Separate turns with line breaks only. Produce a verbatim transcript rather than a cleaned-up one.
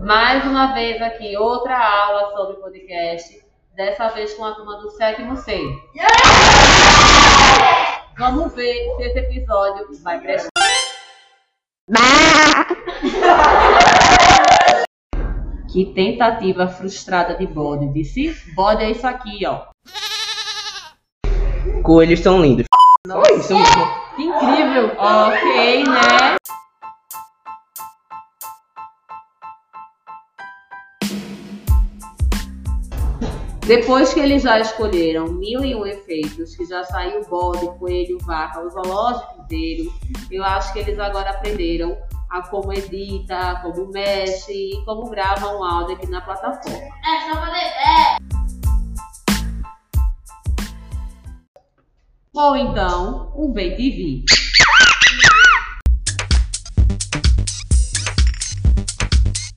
Mais uma vez aqui, outra aula sobre podcast, dessa vez com a turma do sétimo C. Vamos ver se esse episódio vai prestar. Que tentativa frustrada de bode, disse? Bode é isso aqui, ó.
Coelhos são lindos.
Nossa,
Oi, isso mesmo.
que incrível! Ok, né? Depois que eles já escolheram mil e um efeitos, que já saiu bode, coelho, vaca, o zoológico inteiro, eu acho que eles agora aprenderam a como edita, como mexe e como grava um áudio aqui na plataforma.
É só fazer. É.
Ou então, um Vem T V.